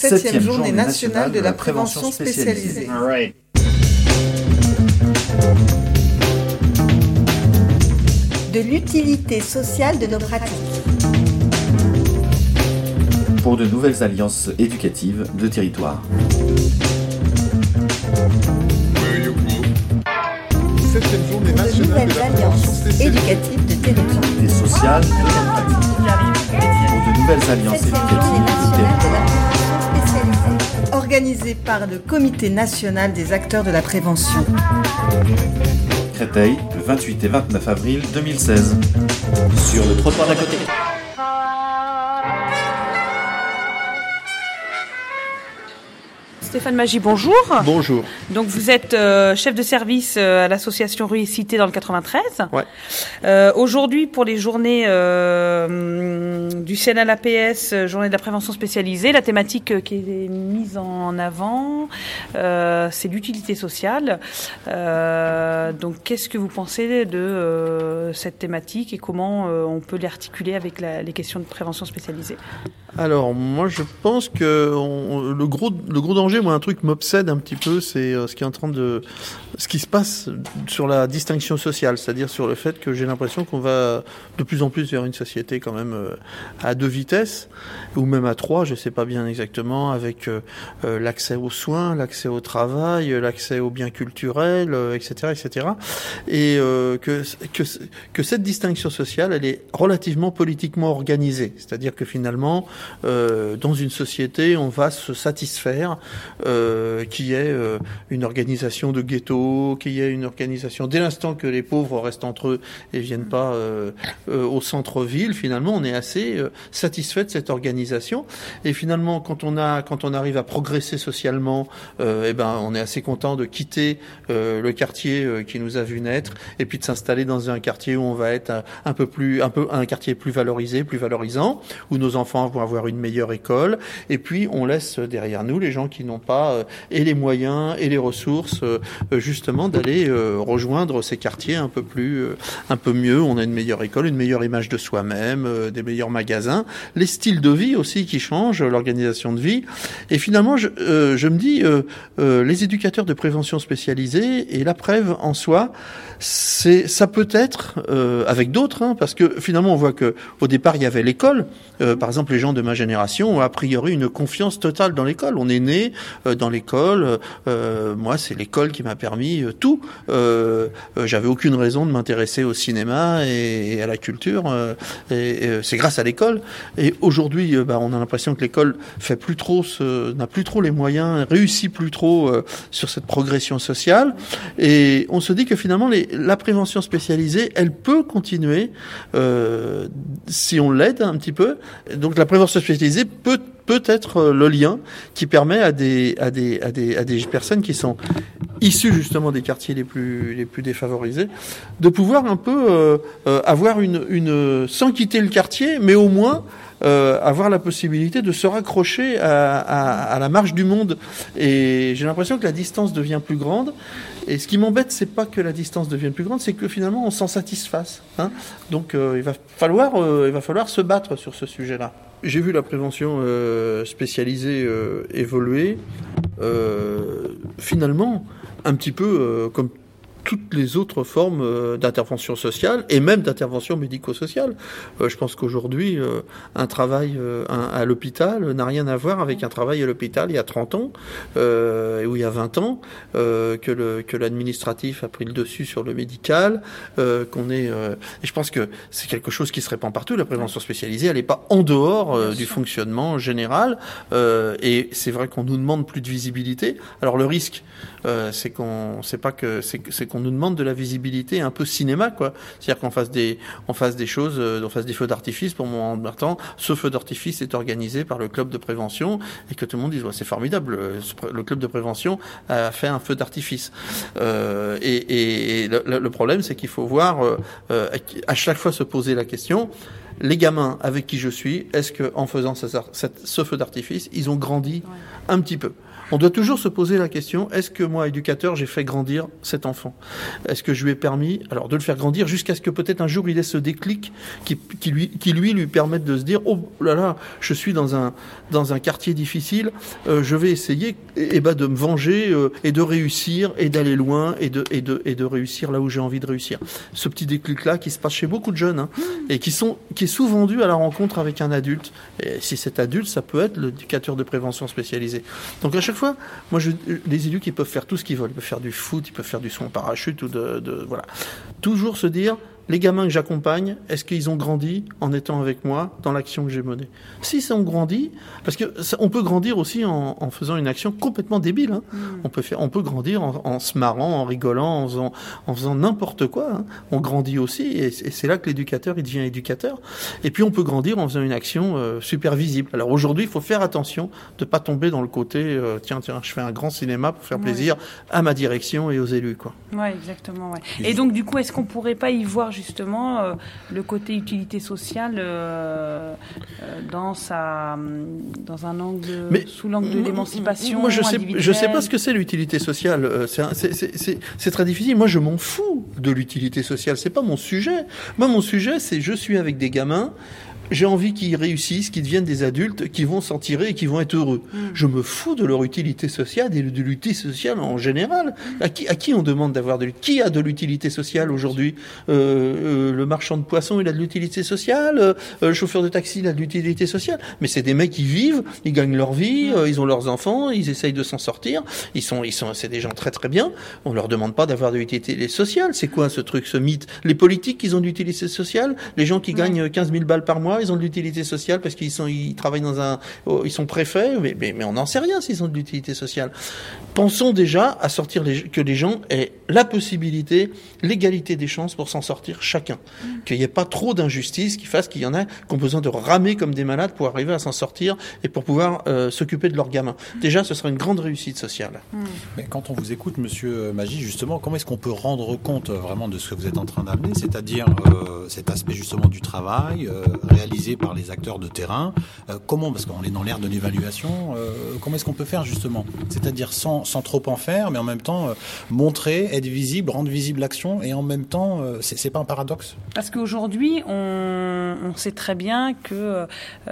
7e journée nationale de la prévention spécialisée. De l'utilité sociale de nos pratiques. Pour de nouvelles alliances éducatives de territoire. Septième journée De nationale nouvelles de la alliances prévention spécialisée. éducatives de territoire. Des sociales de nos pratiques. Pour de nouvelles alliances 7e journée éducatives de nationale de la territoire. prévention spécialisée. Organisée par le Comité national des acteurs de la prévention. Créteil, le 28 et 29 avril 2016. Sur le trottoir d'à côté. Stéphane Magie, bonjour. Bonjour. Donc vous êtes chef de service à l'association Rue et Cité dans le 93. Ouais. Aujourd'hui, pour les journées du CNLAPS, journée de la prévention spécialisée, la thématique qui est mise en avant, c'est l'utilité sociale. Donc qu'est-ce que vous pensez de cette thématique et comment on peut l'articuler avec les questions de prévention spécialisée ? Alors, moi, je pense que le gros danger, moi, un truc m'obsède un petit peu, c'est ce qui se passe sur la distinction sociale, c'est-à-dire sur le fait que j'ai l'impression qu'on va de plus en plus vers une société quand même à 2 vitesses, ou même à 3, je sais pas bien exactement, avec l'accès aux soins, l'accès au travail, l'accès aux biens culturels, etc., etc. Et que cette distinction sociale, elle est relativement politiquement organisée, c'est-à-dire que finalement, dans une société, on va se satisfaire qu'il y ait une organisation de ghetto, qu'il y ait une organisation, dès l'instant que les pauvres restent entre eux et viennent pas au centre-ville, finalement, on est assez satisfait de cette organisation. Et finalement, quand on arrive à progresser socialement, on est assez content de quitter le quartier qui nous a vu naître et puis de s'installer dans un quartier où on va être un quartier plus valorisé, plus valorisant, où nos enfants vont avoir une meilleure école, et puis on laisse derrière nous les gens qui n'ont pas et les moyens et les ressources justement d'aller rejoindre ces quartiers un peu mieux. On a une meilleure école, une meilleure image de soi-même, des meilleurs magasins, les styles de vie aussi qui changent, l'organisation de vie. Et finalement, je me dis, les éducateurs de prévention spécialisés et la preuve en soi, ça peut être avec d'autres, parce que finalement on voit que au départ il y avait l'école. Par exemple, les gens de ma génération ont a priori une confiance totale dans l'école. On est né dans l'école. Moi, c'est l'école qui m'a permis tout. J'avais aucune raison de m'intéresser au cinéma et à la culture. Et c'est grâce à l'école. Et aujourd'hui, on a l'impression que l'école n'a plus trop les moyens, réussit plus trop sur cette progression sociale. Et on se dit que finalement, la prévention spécialisée, elle peut continuer si on l'aide un petit peu. Donc la prévention spécialisée peut être le lien qui permet à des personnes qui sont issues justement des quartiers les plus défavorisés de pouvoir un peu avoir sans quitter le quartier, mais au moins avoir la possibilité de se raccrocher à la marge du monde. Et j'ai l'impression que la distance devient plus grande. Et ce qui m'embête, c'est pas que la distance devienne plus grande, c'est que finalement on s'en satisfasse. Donc il va falloir se battre sur ce sujet-là. J'ai vu la prévention spécialisée évoluer, finalement, un petit peu comme toutes les autres formes d'intervention sociale et même d'intervention médico-sociale. Je pense qu'aujourd'hui, un travail à l'hôpital n'a rien à voir avec un travail à l'hôpital il y a 30 ans ou il y a 20 ans, que l'administratif a pris le dessus sur le médical, et je pense que c'est quelque chose qui se répand partout. La prévention spécialisée, elle n'est pas en dehors du fonctionnement général, et c'est vrai qu'on nous demande plus de visibilité. Alors le risque, c'est qu'on nous demande de la visibilité un peu cinéma, quoi. C'est-à-dire qu'on fasse des choses, on fasse des feux d'artifice pour mon temps. Ce feu d'artifice est organisé par le club de prévention et que tout le monde dise c'est formidable. Le club de prévention a fait un feu d'artifice. Et le problème, c'est qu'il faut voir à chaque fois se poser la question. les gamins avec qui je suis, est-ce qu'en faisant ce feu d'artifice, ils ont grandi un petit peu ? On doit toujours se poser la question, est-ce que moi, éducateur, j'ai fait grandir cet enfant ? Est-ce que je lui ai permis, alors, de le faire grandir jusqu'à ce que peut-être un jour il ait ce déclic qui lui permette de se dire, oh là là, je suis dans un quartier difficile, je vais essayer de me venger et de réussir et d'aller loin et de réussir là où j'ai envie de réussir. Ce petit déclic-là qui se passe chez beaucoup de jeunes et qui est souvent dû à la rencontre avec un adulte. Et si cet adulte, ça peut être l'éducateur de prévention spécialisé. Donc à chaque fois, moi, les éducs, ils peuvent faire tout ce qu'ils veulent. Ils peuvent faire du foot, ils peuvent faire du saut en parachute ou voilà. Toujours se dire, les gamins que j'accompagne, est-ce qu'ils ont grandi en étant avec moi dans l'action que j'ai menée ? Si ça ont grandi, parce que on peut grandir aussi en faisant une action complètement débile. On peut grandir en se marrant, en rigolant, en faisant n'importe quoi. On grandit aussi, et c'est là que l'éducateur, il devient éducateur. Et puis on peut grandir en faisant une action super visible. Alors aujourd'hui, il faut faire attention de pas tomber dans le côté tiens, je fais un grand cinéma pour faire plaisir à ma direction et aux élus, quoi. Ouais, exactement. Ouais. Et donc du coup, est-ce qu'on pourrait pas y voir justement le côté utilité sociale dans un angle, sous l'angle de l'émancipation. Moi, je sais pas ce que c'est l'utilité sociale. C'est très difficile. Moi, je m'en fous de l'utilité sociale. C'est pas mon sujet. Moi, mon sujet, c'est je suis avec des gamins. J'ai envie qu'ils réussissent, qu'ils deviennent des adultes, qui vont s'en tirer et qui vont être heureux. Je me fous de leur utilité sociale et de l'utilité sociale en général. À qui on demande d'avoir qui a de l'utilité sociale aujourd'hui ? Le marchand de poissons, il a de l'utilité sociale. Le chauffeur de taxi, il a de l'utilité sociale. Mais c'est des mecs qui vivent, ils gagnent leur vie, ils ont leurs enfants, ils essayent de s'en sortir. C'est des gens très très bien. On leur demande pas d'avoir de l'utilité sociale. C'est quoi ce truc, ce mythe ? Les politiques, ils ont de l'utilité sociale. Les gens qui gagnent 15 000 balles par mois, ils ont de l'utilité sociale parce ils travaillent ils sont préfets, mais on n'en sait rien s'ils ont de l'utilité sociale. Pensons déjà à sortir que les gens aient la possibilité, l'égalité des chances pour s'en sortir chacun. Qu'il n'y ait pas trop d'injustice qui fasse qu'il y en a qui ont besoin de ramer comme des malades pour arriver à s'en sortir et pour pouvoir s'occuper de leurs gamins. Déjà, ce serait une grande réussite sociale. Mais quand on vous écoute, Monsieur Magy, justement, comment est-ce qu'on peut rendre compte vraiment de ce que vous êtes en train d'amener, c'est-à-dire cet aspect justement du travail, réalisé par les acteurs de terrain. Comment, parce qu'on est dans l'ère de l'évaluation, comment est-ce qu'on peut faire justement ? C'est-à-dire sans trop en faire, mais en même temps montrer, être visible, rendre visible l'action, et en même temps, c'est pas un paradoxe ? Parce qu'aujourd'hui, on sait très bien que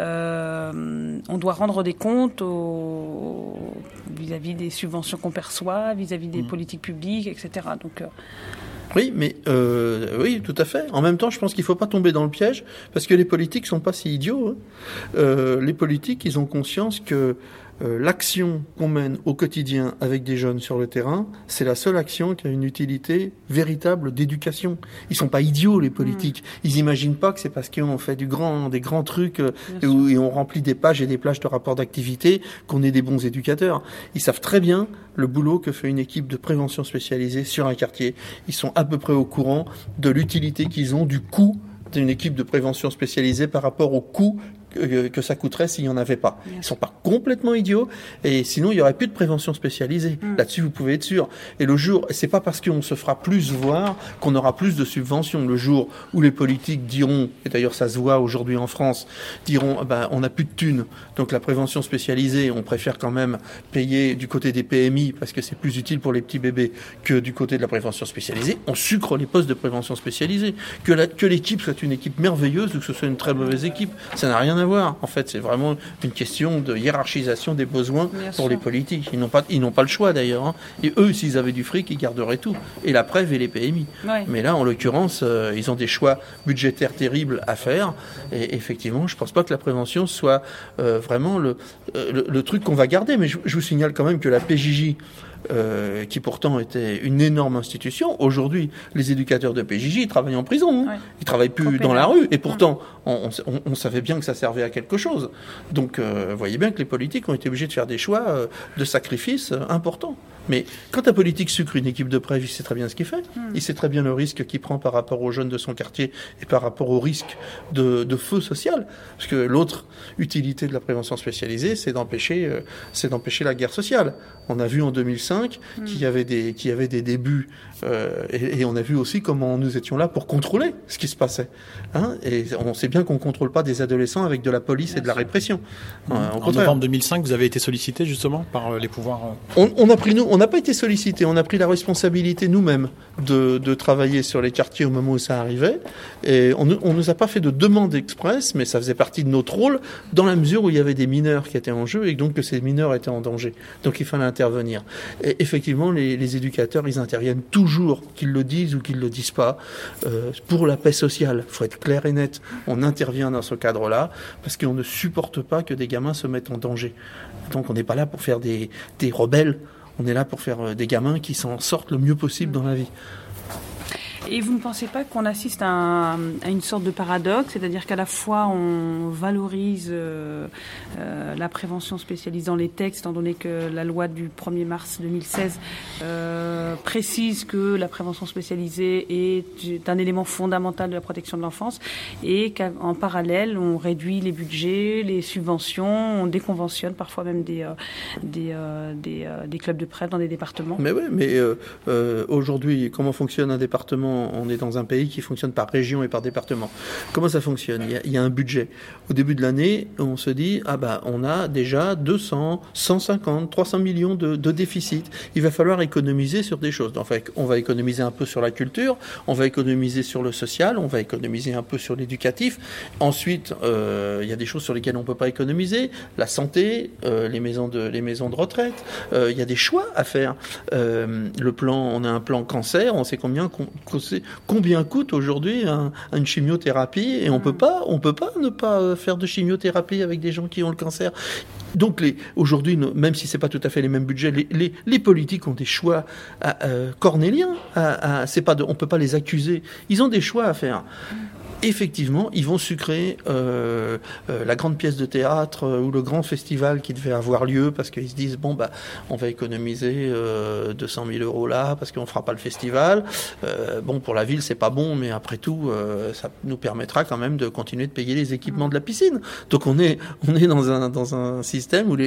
on doit rendre des comptes vis-à-vis des subventions qu'on perçoit, vis-à-vis des politiques publiques, etc. Donc oui, mais oui, tout à fait. En même temps, je pense qu'il faut pas tomber dans le piège, parce que les politiques sont pas si idiots. Les politiques, ils ont conscience que l'action qu'on mène au quotidien avec des jeunes sur le terrain, c'est la seule action qui a une utilité véritable d'éducation. Ils sont pas idiots, les politiques. Ils imaginent pas que c'est parce qu'on fait des grands trucs et on remplit des pages et des plages de rapports d'activité qu'on est des bons éducateurs. Ils savent très bien le boulot que fait une équipe de prévention spécialisée sur un quartier. Ils sont à peu près au courant de l'utilité qu'ils ont, du coût d'une équipe de prévention spécialisée par rapport au coût que ça coûterait s'il n'y en avait pas. Ils sont pas complètement idiots, et sinon il y aurait plus de prévention spécialisée. Là-dessus, vous pouvez être sûr. Et le jour, c'est pas parce qu'on se fera plus voir qu'on aura plus de subventions. Le jour où les politiques diront, et d'ailleurs ça se voit aujourd'hui en France, diront, on n'a plus de thunes, donc la prévention spécialisée, on préfère quand même payer du côté des PMI parce que c'est plus utile pour les petits bébés que du côté de la prévention spécialisée. On sucre les postes de prévention spécialisée. Que l'équipe soit une équipe merveilleuse ou que ce soit une très mauvaise équipe, ça n'a rien à voir. En fait, c'est vraiment une question de hiérarchisation des besoins pour les politiques. Ils n'ont pas le choix d'ailleurs. Et eux, s'ils avaient du fric, ils garderaient tout. Et la Prév et les PMI. Ouais. Mais là, en l'occurrence, ils ont des choix budgétaires terribles à faire. Et effectivement, je pense pas que la prévention soit vraiment le truc qu'on va garder. Mais je vous signale quand même que la PJJ, qui pourtant était une énorme institution. Aujourd'hui, les éducateurs de PJJ, ils travaillent en prison. Ouais. Ils travaillent plus dans la rue. Et pourtant, on savait bien que ça servait à quelque chose. Donc, vous voyez bien que les politiques ont été obligés de faire des choix de sacrifices importants. Mais quand un politique sucre une équipe de prêve, il sait très bien ce qu'il fait. Il sait très bien le risque qu'il prend par rapport aux jeunes de son quartier et par rapport au risque de feu social. Parce que l'autre utilité de la prévention spécialisée, c'est d'empêcher la guerre sociale. On a vu en 2005 qu'il y avait des débuts, et on a vu aussi comment nous étions là pour contrôler ce qui se passait. Et on sait bien qu'on ne contrôle pas des adolescents avec de la police et de la répression. En novembre 2005, vous avez été sollicité justement par les pouvoirs. On n'a pas été sollicité, on a pris la responsabilité nous-mêmes de travailler sur les quartiers au moment où ça arrivait. Et on nous a pas fait de demande express, mais ça faisait partie de notre rôle dans la mesure où il y avait des mineurs qui étaient en jeu et donc que ces mineurs étaient en danger. Donc il fallait intervenir. Et effectivement, les éducateurs, ils interviennent toujours, qu'ils le disent ou qu'ils le disent pas, pour la paix sociale. Il faut être clair et net. On intervient dans ce cadre-là parce qu'on ne supporte pas que des gamins se mettent en danger. Donc on n'est pas là pour faire des rebelles. On est là pour faire des gamins qui s'en sortent le mieux possible dans la vie. Et vous ne pensez pas qu'on assiste à une sorte de paradoxe, c'est-à-dire qu'à la fois on valorise la prévention spécialisée dans les textes, étant donné que la loi du 1er mars 2016 précise que la prévention spécialisée est un élément fondamental de la protection de l'enfance, et qu'en parallèle on réduit les budgets, les subventions, on déconventionne parfois même des clubs de prêve dans des départements. Mais oui, aujourd'hui, comment fonctionne un département ? On est dans un pays qui fonctionne par région et par département. Comment ça fonctionne ? Il y a un budget. Au début de l'année, on se dit, on a déjà 200, 150, 300 millions de déficit. Il va falloir économiser sur des choses. En fait, on va économiser un peu sur la culture, on va économiser sur le social, on va économiser un peu sur l'éducatif. Ensuite, il y a des choses sur lesquelles on ne peut pas économiser. La santé, les maisons de retraite. Il y a des choix à faire. On a un plan cancer, on sait combien coûte aujourd'hui une chimiothérapie, et on peut pas ne pas faire de chimiothérapie avec des gens qui ont le cancer. Donc aujourd'hui, même si c'est pas tout à fait les mêmes budgets, les politiques ont des choix cornéliens. On peut pas les accuser. Ils ont des choix à faire. Effectivement, ils vont sucrer la grande pièce de théâtre ou le grand festival qui devait avoir lieu, parce qu'ils se disent on va économiser 200 000 euros là parce qu'on fera pas le festival. Pour la ville c'est pas bon, mais après tout ça nous permettra quand même de continuer de payer les équipements de la piscine. Donc on est dans un système où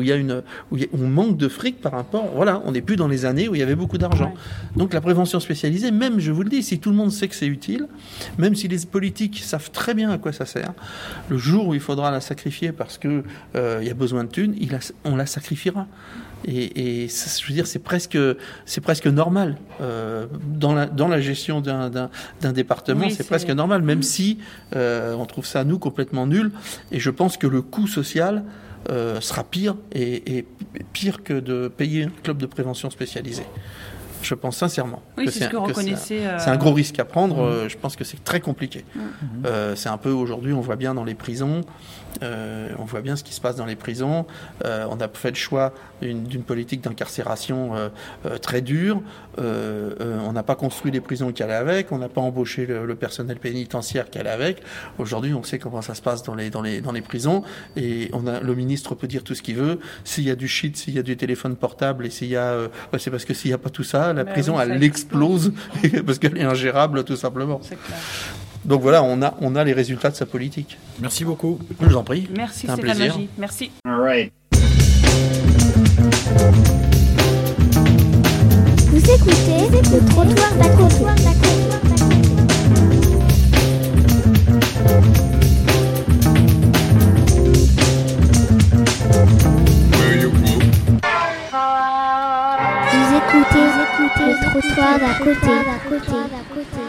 on manque de fric par rapport. Voilà, on n'est plus dans les années où il y avait beaucoup d'argent. Ouais. Donc la prévention spécialisée, même je vous le dis, si tout le monde sait que c'est utile, même si les politiques savent très bien à quoi ça sert, le jour où il faudra la sacrifier parce que il y a besoin de thunes, on la sacrifiera. Et je veux dire, c'est presque normal dans la gestion d'un département. Oui, c'est presque normal, même si on trouve ça nous complètement nul. Et je pense que le coût social sera pire et pire que de payer un club de prévention spécialisé. Je pense sincèrement. Oui, c'est ce que reconnaissez. C'est un gros risque à prendre. Je pense que c'est très compliqué. C'est un peu aujourd'hui, on voit bien dans les prisons. On voit bien ce qui se passe dans les prisons. On a fait le choix d'une politique d'incarcération très dure. On n'a pas construit les prisons qui allaient avec. On n'a pas embauché le personnel pénitentiaire qui allait avec. Aujourd'hui, on sait comment ça se passe dans les prisons. Et le ministre peut dire tout ce qu'il veut. S'il y a du shit, s'il y a du téléphone portable, et s'il y a, c'est parce que s'il n'y a pas tout ça, la prison elle explose parce qu'elle est ingérable tout simplement. C'est clair. Donc voilà, on a les résultats de sa politique. Merci beaucoup. Je vous en prie. Merci, c'est un plaisir. Magie. Merci. All right. Vous écoutez le trottoir d'à côté. Vous écoutez le trottoir d'à côté.